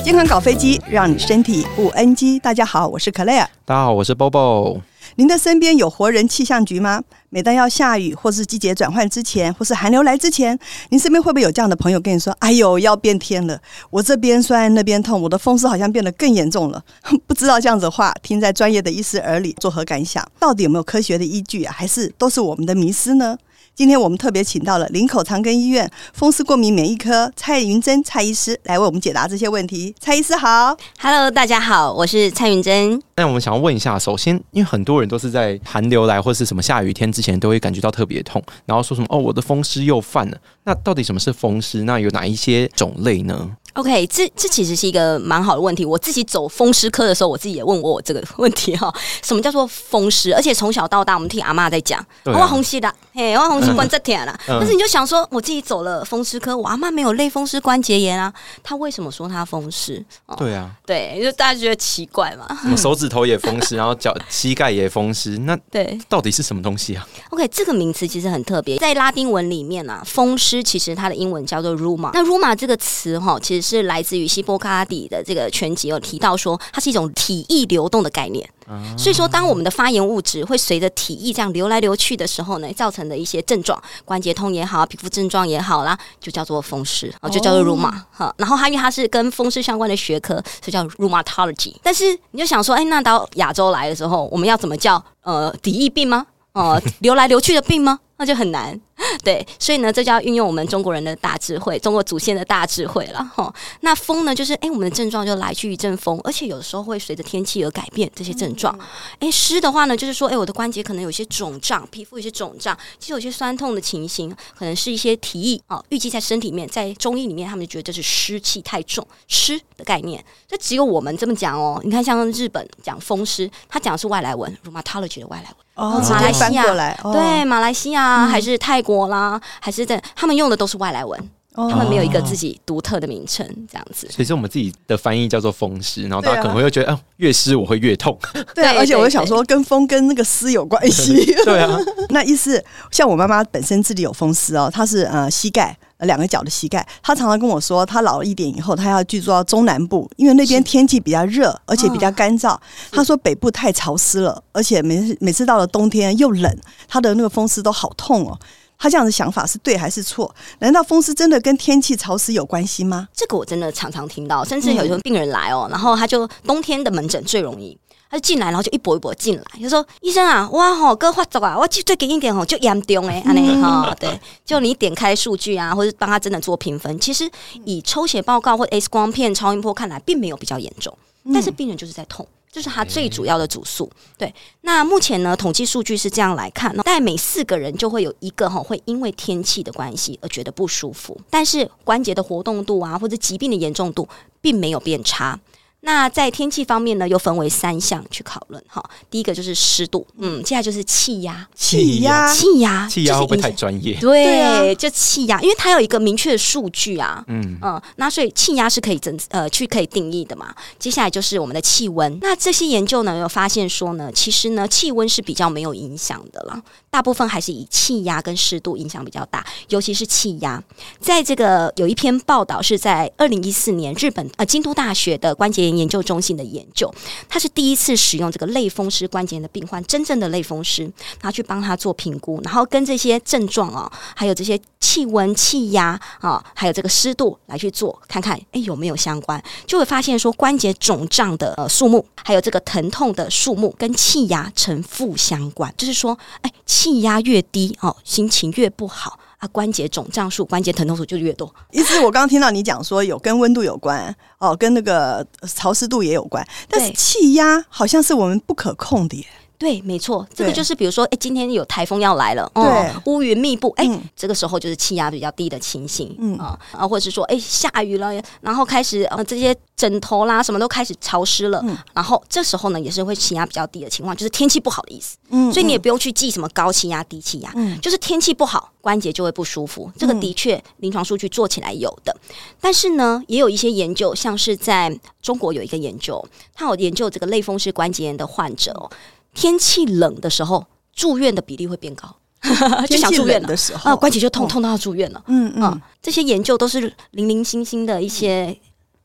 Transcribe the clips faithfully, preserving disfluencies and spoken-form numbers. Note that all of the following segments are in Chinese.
健康搞飞机，让你身体不 N G。大家好，我是 Claire。 大家好，我是 Bobo。 您的身边有活人气象局吗？每当要下雨或是季节转换之前，或是寒流来之前，您身边会不会有这样的朋友跟你说，哎呦要变天了，我这边酸那边痛，我的风湿好像变得更严重了。不知道这样子的话听在专业的医师耳里作何感想？到底有没有科学的依据啊？还是都是我们的迷思呢？今天我们特别请到了林口长庚医院风湿过敏免疫科蔡云珍蔡医师来为我们解答这些问题。蔡医师好。 Hello， 大家好，我是蔡云珍。 那我们想要问一下，首先因为很多人都是在寒流来或是什么下雨天之前都会感觉到特别痛，然后说什么哦我的风湿又犯了，那到底什么是风湿？那有哪一些种类呢？ OK， 这这其实是一个蛮好的问题。我自己走风湿科的时候，我自己也问过我这个问题哈。什么叫做风湿？而且从小到大，我们听阿嬷在讲，我风湿啦，嘿，我风湿关节疼啦。嗯、但是你就想说，我自己走了风湿科，我阿嬷没有类风湿关节炎啊，她为什么说她风湿？哦、 对啊， 对，就大家觉得奇怪嘛。 什么手指头也风湿，然后脚膝盖也风湿，那对， 到底是什么东西啊 ？OK， 这个名词其实很特别，在拉丁文里面啊，风湿其实它的英文叫做 rheuma。那 rheuma 这个词哈，其实是来自于希波克拉底的这个全集有提到说，它是一种体液流动的概念。所以说，当我们的发炎物质会随着体液这样流来流去的时候呢，造成的一些症状，关节痛也好，皮肤症状也好啦，就叫做风湿，就叫做 rheuma。然后它因为它是跟风湿相关的学科，所以叫 rheumatology。但是你就想说，哎，那到亚洲来的时候，我们要怎么叫呃体液病吗？呃，流来流去的病吗？那就很难。对，所以呢，这就要运用我们中国人的大智慧，中国祖先的大智慧了哈。那风呢，就是哎，我们的症状就来去一阵风，而且有的时候会随着天气而改变这些症状。哎，湿的话呢，就是说，哎，我的关节可能有些肿胀，皮肤有些肿胀，其实有些酸痛的情形，可能是一些体液啊，淤积在身体里面，在中医里面，他们就觉得这是湿气太重，湿的概念。这只有我们这么讲哦。你看，像日本讲风湿，他讲的是外来文 ，rheumatology 的外来文。 哦，马来西亚、哦、 对，马来西亚、嗯、还是泰国啦，还是在他们用的都是外来文、哦，他们没有一个自己独特的名称，这样子。 所以是我们自己的翻译叫做风湿，然后大家可能会觉得，啊、越湿我会越痛。 对啊，而且我就想说，跟风跟那个湿有关系。 对啊， 那意思像我妈妈本身自己有风湿哦，她是呃膝盖。两个脚的膝盖，他常常跟我说，他老了一点以后，他要居住到中南部，因为那边天气比较热，而且比较干燥。他说北部太潮湿了，而且每次每次到了冬天又冷，他的那个风湿都好痛哦。他这样的想法是对还是错？难道风湿真的跟天气潮湿有关系吗？ 这个我真的常常听到，甚至有一种病人来哦，然后他就冬天的门诊最容易。他就进来，然后就一波一波进来，就说：“医生啊，我吼哥发作啊，我最近一点吼就严重哎，安尼哈，对，就你点开数据啊，或者帮他真的做评分，其实以抽血报告或 X 光片、超音波看来，并没有比较严重，但是病人就是在痛。”这是他最主要的主诉。对，那目前呢，统计数据是这样来看，大概每四个人就会有一个会因为天气的关系而觉得不舒服，但是关节的活动度啊，或者疾病的严重度并没有变差。那在天气方面呢，又分为三项去讨论哈。第一个就是湿度，嗯，接下来就是气压， 气压， 气压， 气压会不会太专业？ 对，对啊、就气压，因为它有一个明确的数据啊，嗯嗯，那所以气压是可以增呃去可以定义的嘛。接下来就是我们的气温，那这些研究呢有发现说呢，其实呢气温是比较没有影响的啦，大部分还是以气压跟湿度影响比较大，尤其是气压。在这个有一篇报道是在二零一四年日本呃京都大学的关节炎研究中心的研究，他是第一次使用这个类风湿关节炎的病患，真正的类风湿，然后去帮他做评估，然后跟这些症状啊，还有这些气温、气压啊，还有这个湿度来去做，看看哎有没有相关，就会发现说关节肿胀的呃数目，还有这个疼痛的数目跟气压呈负相关，就是说哎气压越低哦，心情越不好。啊，关节肿胀数、关节疼痛数就越多。 意思我刚刚听到你讲说有跟温度有关哦，跟那个潮湿度也有关，但是气压好像是我们不可控的耶。 对，没错，这个就是比如说，哎，今天有台风要来了，对、哦，乌云密布，哎、嗯，这个时候就是气压比较低的情形，嗯啊，啊，或者是说，哎，下雨了，然后开始呃这些枕头啦什么都开始潮湿了，嗯、然后这时候呢也是会气压比较低的情况，就是天气不好的意思，嗯，所以你也不用去记什么高气压、低气压，嗯，就是天气不好，关节就会不舒服，这个的确临床数据做起来有的，但是呢，也有一些研究，像是在中国有一个研究，他有研究这个类风湿关节炎的患者哦。天气冷的时候，住院的比例会变高，就想住院了的时候， 啊，关节就痛、哦、痛到要住院了。 嗯嗯、啊， 这些研究都是零零星星的一些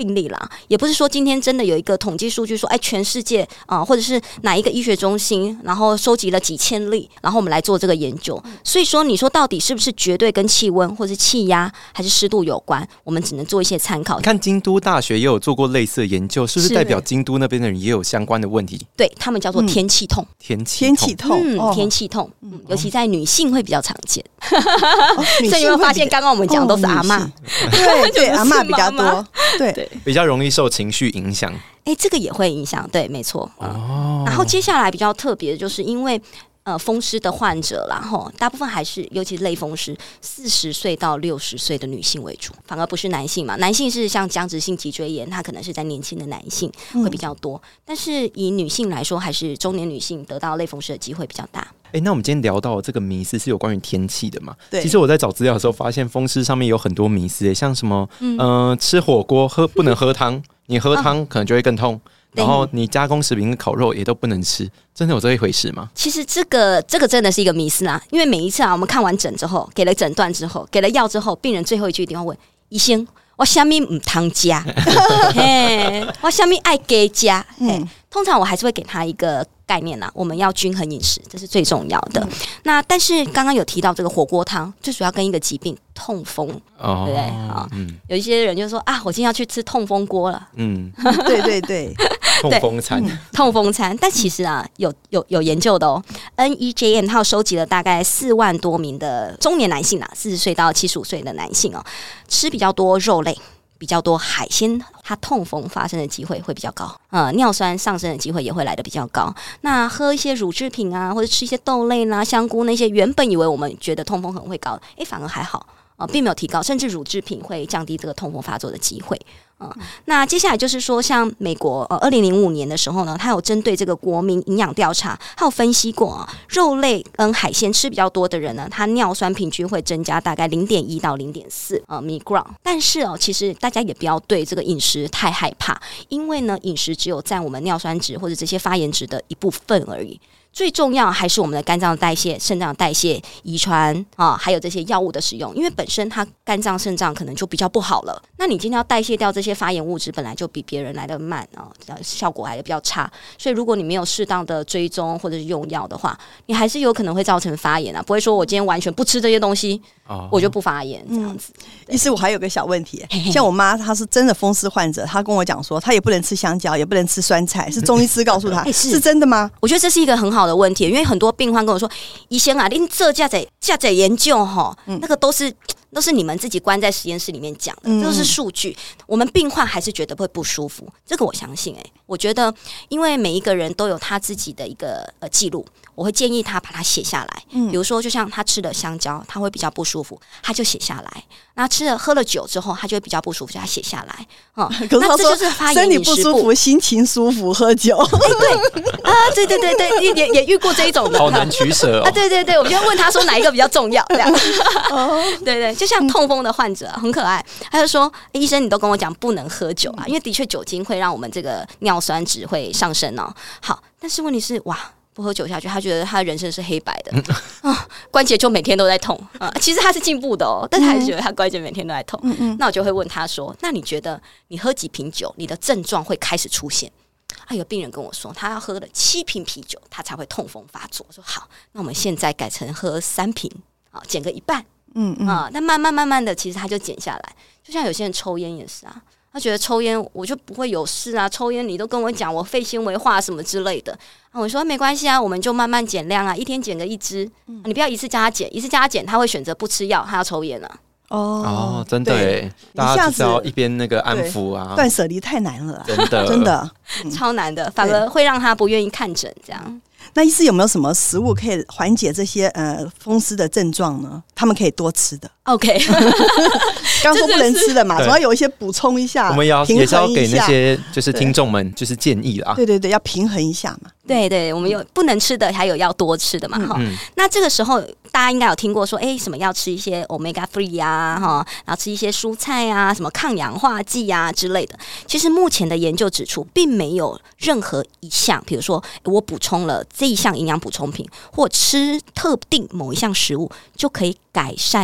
病例啦，也不是说今天真的有一个统计数据说，哎，全世界啊、呃，或者是哪一个医学中心，然后收集了几千例，然后我们来做这个研究。所以说，你说到底是不是绝对跟气温或是气压还是湿度有关？我们只能做一些参考。 看京都大学也有做过类似的研究，是不是代表京都那边的人也有相关的问题？ 对，他们叫做天气痛。 嗯、天气天气痛， 嗯， 哦、 天气痛、嗯，尤其在女性会比较常见。 哦、 所以你会发现，刚刚我们讲都是阿嬷， 哦、对对，阿嬷比较多，对对， 比较容易受情绪影响。 哎，这个也会影响，对，没错。哦，然后接下来比较特别的就是因为。呃，风湿的患者啦，吼，大部分还是，尤其是类风湿，四十岁到六十岁的女性为主，反而不是男性嘛。男性是像僵直性脊椎炎，它可能是在年轻的男性会比较多，嗯、但是以女性来说，还是中年女性得到类风湿的机会比较大。 哎、欸，那我们今天聊到这个迷思是有关于天气的嘛？ 对。 其实我在找资料的时候发现，风湿上面有很多迷思、欸，像什么，嗯、呃，吃火锅喝不能喝汤，你喝汤可能就会更痛。啊然后你加工食品跟烤肉也都不能吃，真的有这一回事吗？ 其实这个这个真的是一个迷思啊，因为每一次啊，我们看完诊之后，给了诊断之后，给了药之后，病人最后一句一定要问医生：我什么不能吃？嘿，我什么爱给加？嗯，通常我还是会给他一个概念啦，我们要均衡饮食，这是最重要的。嗯、那但是刚刚有提到这个火锅汤，最主要跟一个疾病痛风，哦、对不对？啊、嗯，有一些人就说啊，我今天要去吃痛风锅了。 嗯，对对对。 痛风餐、 嗯，痛风餐，但其实啊，有有有研究的哦。N E J M 它有收集了大概四万多名的中年男性啊，四十岁到七十五岁的男性哦，吃比较多肉类、比较多海鲜，它痛风发生的机会会比较高，呃，尿酸上升的机会也会来得比较高。那喝一些乳制品啊，或者吃一些豆类啦、香菇那些，原本以为我们觉得痛风很会高，哎，反而还好。呃、并没有提高，甚至乳制品会降低这个痛风发作的机会。呃、那接下来就是说，像美国呃，二零零五年的时候呢，它有针对这个国民营养调查，它有分析过啊，肉类跟海鲜吃比较多的人呢，他尿酸平均会增加大概零点一到零点四呃 milligram。但是哦，其实大家也不要对这个饮食太害怕，因为呢，饮食只有占我们尿酸值或者这些发炎值的一部分而已。最重要还是我们的肝脏代谢、肾脏代谢、遗传啊，还有这些药物的使用，因为本身它肝脏、肾脏可能就比较不好了。那你今天要代谢掉这些发炎物质，本来就比别人来得慢啊，效果还比较差。所以如果你没有适当的追踪或者是用药的话，你还是有可能会造成发炎啊。不会说我今天完全不吃这些东西，哦、我就不发炎这样子。 意思我还有个小问题，像我妈她是真的风湿患者，她跟我讲说，她也不能吃香蕉，也不能吃酸菜，是中医师告诉她，是, 是真的吗？ 我觉得这是一个很好的问题，因为很多病患跟我说，医生啊，您这这这这这研究哈，那个都是。都是你们自己关在实验室里面讲的，这都是数据。我们病患还是觉得会不舒服，这个我相信、欸。哎，我觉得，因为每一个人都有他自己的一个呃记录，我会建议他把它写下来。嗯，比如说，就像他吃了香蕉，他会比较不舒服，他就写下来。那吃了喝了酒之后，他就会比较不舒服，就他写下来。嗯， 可是他说身体不舒服，心情舒服，喝酒。哎、 欸，对啊，对对对对，也也遇过这一种的， 好难取舍哦。 啊，对对对，我就问他说哪一个比较重要，这样。哦，对对。就像痛风的患者、啊、很可爱，他就说：“欸、医生，你都跟我講不能喝酒啊，因为的確酒精會讓我們這個尿酸值會上升哦。好，但是問題是，哇，不喝酒下去，他覺得他人生是黑白的啊，關節就每天都在痛啊。其實他是進步的哦，但是還是覺得他關節每天都在痛。嗯嗯，那我就會問他說：那你覺得你喝幾瓶酒，你的症狀會開始出現？”啊，有病人跟我說，他要喝了七瓶啤酒，他才會痛風發作。我說好，那我們現在改成喝三瓶啊，減個一半。嗯嗯啊，但慢慢慢慢的，其實他就減下來。就像有些人抽煙也是啊，他覺得抽煙我就不會有事啊，抽煙你都跟我講我肺纖維化什麼之類的啊，我說沒關係啊，我們就慢慢減量啊，一天減個一支、嗯啊，你不要一次叫他減，一次叫他減，他會選擇不吃藥，他要抽煙啊。 哦, 哦，真的耶，大家知道一邊那個安撫啊， 斷捨離太難了、啊， 真的真的、 嗯、超難的，反而會讓他不願意看診這樣。 那醫師有沒有什麼食物可以緩解這些呃風濕的症狀呢？他們可以多吃的。OK， 剛說不能吃的嘛，總要有一些補充一下。 我們要也是要給那些就是聽眾們就是建議啦。 對對對，要平衡一下嘛。 對對，我們有不能吃的，還有要多吃的嘛。哈、嗯，那這個時候大家應該有聽過說，哎，什麼要吃一些 omega 三 啊，哈，然後吃一些蔬菜啊，什麼抗氧化劑啊之類的。其實目前的研究指出，並沒有任何一項，比如說我補充了這一項營養補充品，或吃特定某一項食物，就可以改善疾病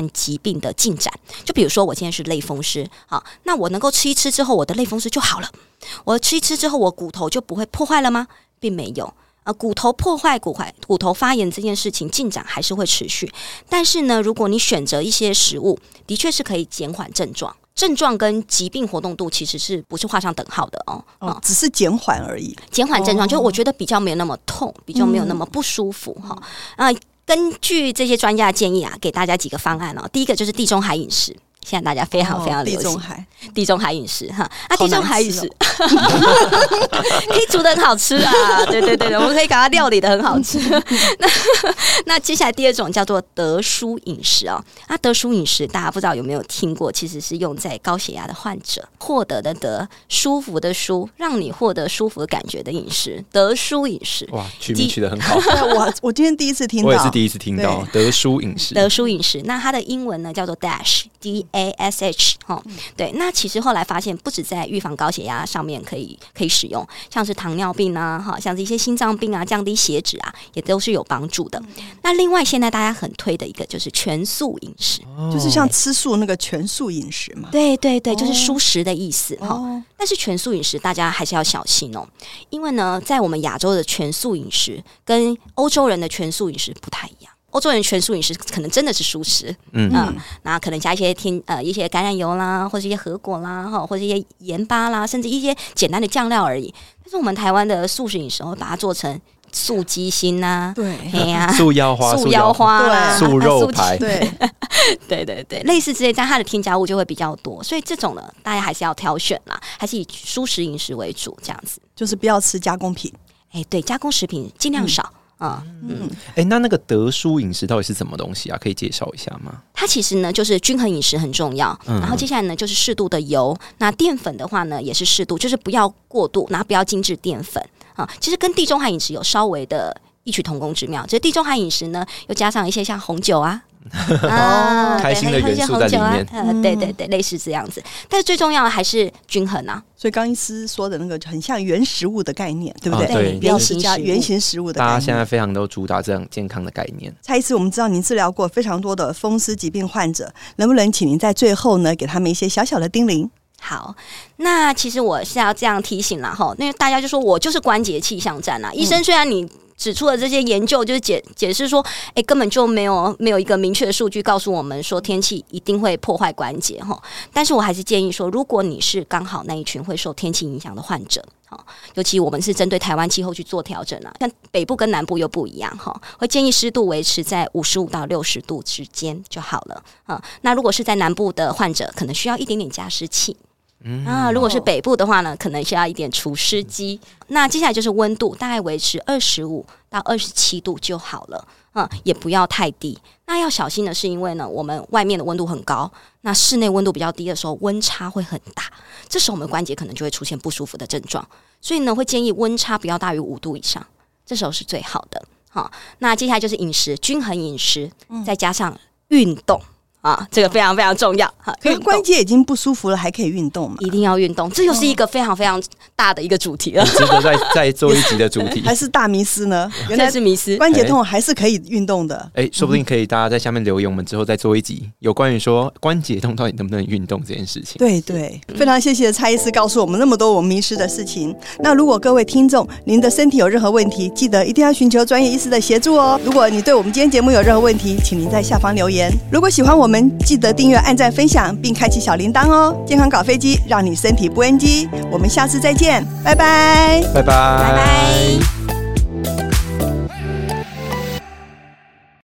病的进展。就比如说我今天是类风湿，好，那我能够吃一吃之后，我的类风湿就好了。我吃一吃之后，我骨头就不会破坏了吗？并没有。呃，骨头破坏、骨坏、骨头发炎这件事情进展还是会持续，但是呢，如果你选择一些食物，的确是可以减缓症状。症状跟疾病活动度其实是不是画上等号的哦？ 哦，只是减缓而已。 减缓症状， 哦、 就我觉得比较没有那么痛，比较没有那么不舒服哈。啊、嗯呃，根据这些专家的建议啊，给大家几个方案哦。第一个就是地中海饮食。现在大家非常非常流行、哦、地中海地中海饮食哈啊，地中海饮食、哦、可以煮得很好吃啊，对对对，我们可以把它料理得很好吃。那那接下来第二种叫做德舒饮食哦，啊，德舒饮食大家不知道有没有听过？其实是用在高血压的患者获得的德，舒服的舒，让你获得舒服的感觉的饮食，德舒饮食。 哇，取名取得很好。 我我今天第一次听到， 我也是第一次听到德舒饮食。 德舒饮食，那它的英文呢叫做 DASH。A S H 哈、哦，对，那其实后来发现，不止在预防高血压上面可以可以使用，像是糖尿病啊，哈，像是一些心脏病啊，降低血脂啊，也都是有帮助的。嗯、那另外，现在大家很推的一个就是全素饮食， 哦、就是像吃素那个全素饮食嘛。 对对对，就是蔬食的意思哈、 哦。 但是全素饮食大家还是要小心哦，因为呢，在我们亚洲的全素饮食跟欧洲人的全素饮食不太一样。欧洲人全素饮食可能真的是蔬食，嗯，呃、那可能加一些添呃一些橄榄油啦，或者一些核果啦，哈，或者一些盐巴啦，甚至一些简单的酱料而已。但是我们台湾的素食饮食会把它做成素鸡心呐、啊， 对， 哎呀、啊， 素腰花、 素腰花啦， 素肉排， 对，对对对，类似这些，但它的添加物就会比较多，所以这种呢，大家还是要挑选啦，还是以蔬食饮食为主，这样子， 就是不要吃加工品。 哎，对，加工食品尽量少。嗯嗯嗯，哎、欸，那那个德舒饮食到底是什么东西啊？可以介绍一下吗？ 它其实呢，就是均衡饮食很重要。嗯、然后接下来呢，就是适度的油。那淀粉的话呢，也是适度，就是不要过度，然后不要精致淀粉啊。其实跟地中海饮食有稍微的异曲同工之妙。就是地中海饮食呢，又加上一些像红酒啊。 啊，开心的元素在里面， 啊呃、对对对，类似这样子。但是最重要的还是均衡啊。 所以刚医师说的那个很像原食物的概念，对不对？ 啊、对， 不要是加原型食物的概念。 大家现在非常都主打这样健康的概念。 蔡医师，我们知道您治疗过非常多的风湿疾病患者，能不能请您在最后呢，给他们一些小小的叮咛？ 好，那其实我是要这样提醒啦哈，因为大家就说我就是关节气象站啊，医生虽然你指出了这些研究，就是解解释说，哎，根本就没有没有一个明确的数据告诉我们说天气一定会破坏关节哈。但是我还是建议说，如果你是刚好那一群会受天气影响的患者，哈，尤其我们是针对台湾气候去做调整啊，像北部跟南部又不一样哈，会建议湿度维持在五十五到六十度之间就好了啊。那如果是在南部的患者，可能需要一点点加湿器。嗯、啊，如果是北部的话呢，可能需要一点除湿机。那接下来就是温度，大概维持二十五到二十七度就好了，嗯，也不要太低。那要小心的是，因为呢，我们外面的温度很高，那室内温度比较低的时候，温差会很大，这时候我们关节可能就会出现不舒服的症状。所以呢，会建议温差不要大于五度以上，这时候是最好的。好，那接下来就是饮食，均衡饮食，再加上运动。啊，这个非常非常重要。 可是关节已经不舒服了，还可以运动吗？ 一定要运动，这又是一个非常非常大的一个主题了， 值得再再做一集的主题。 还是大迷思呢？ 原来是迷思， 关节痛还是可以运动的。 哎、欸，说不定可以大家在下面留言，我们之后再做一集有关于说关节痛到底能不能运动这件事情。 对对，非常谢谢蔡医师告诉我们那么多我们迷失的事情。那如果各位听众您的身体有任何问题，记得一定要寻求专业医师的协助哦。如果你对我们今天节目有任何问题，请您在下方留言。如果喜欢我们，记得订阅、按赞、分享，并开启小铃铛哦！健康搞飞机，让你身体不 N G。我们下次再见，拜拜， 拜拜， 拜拜。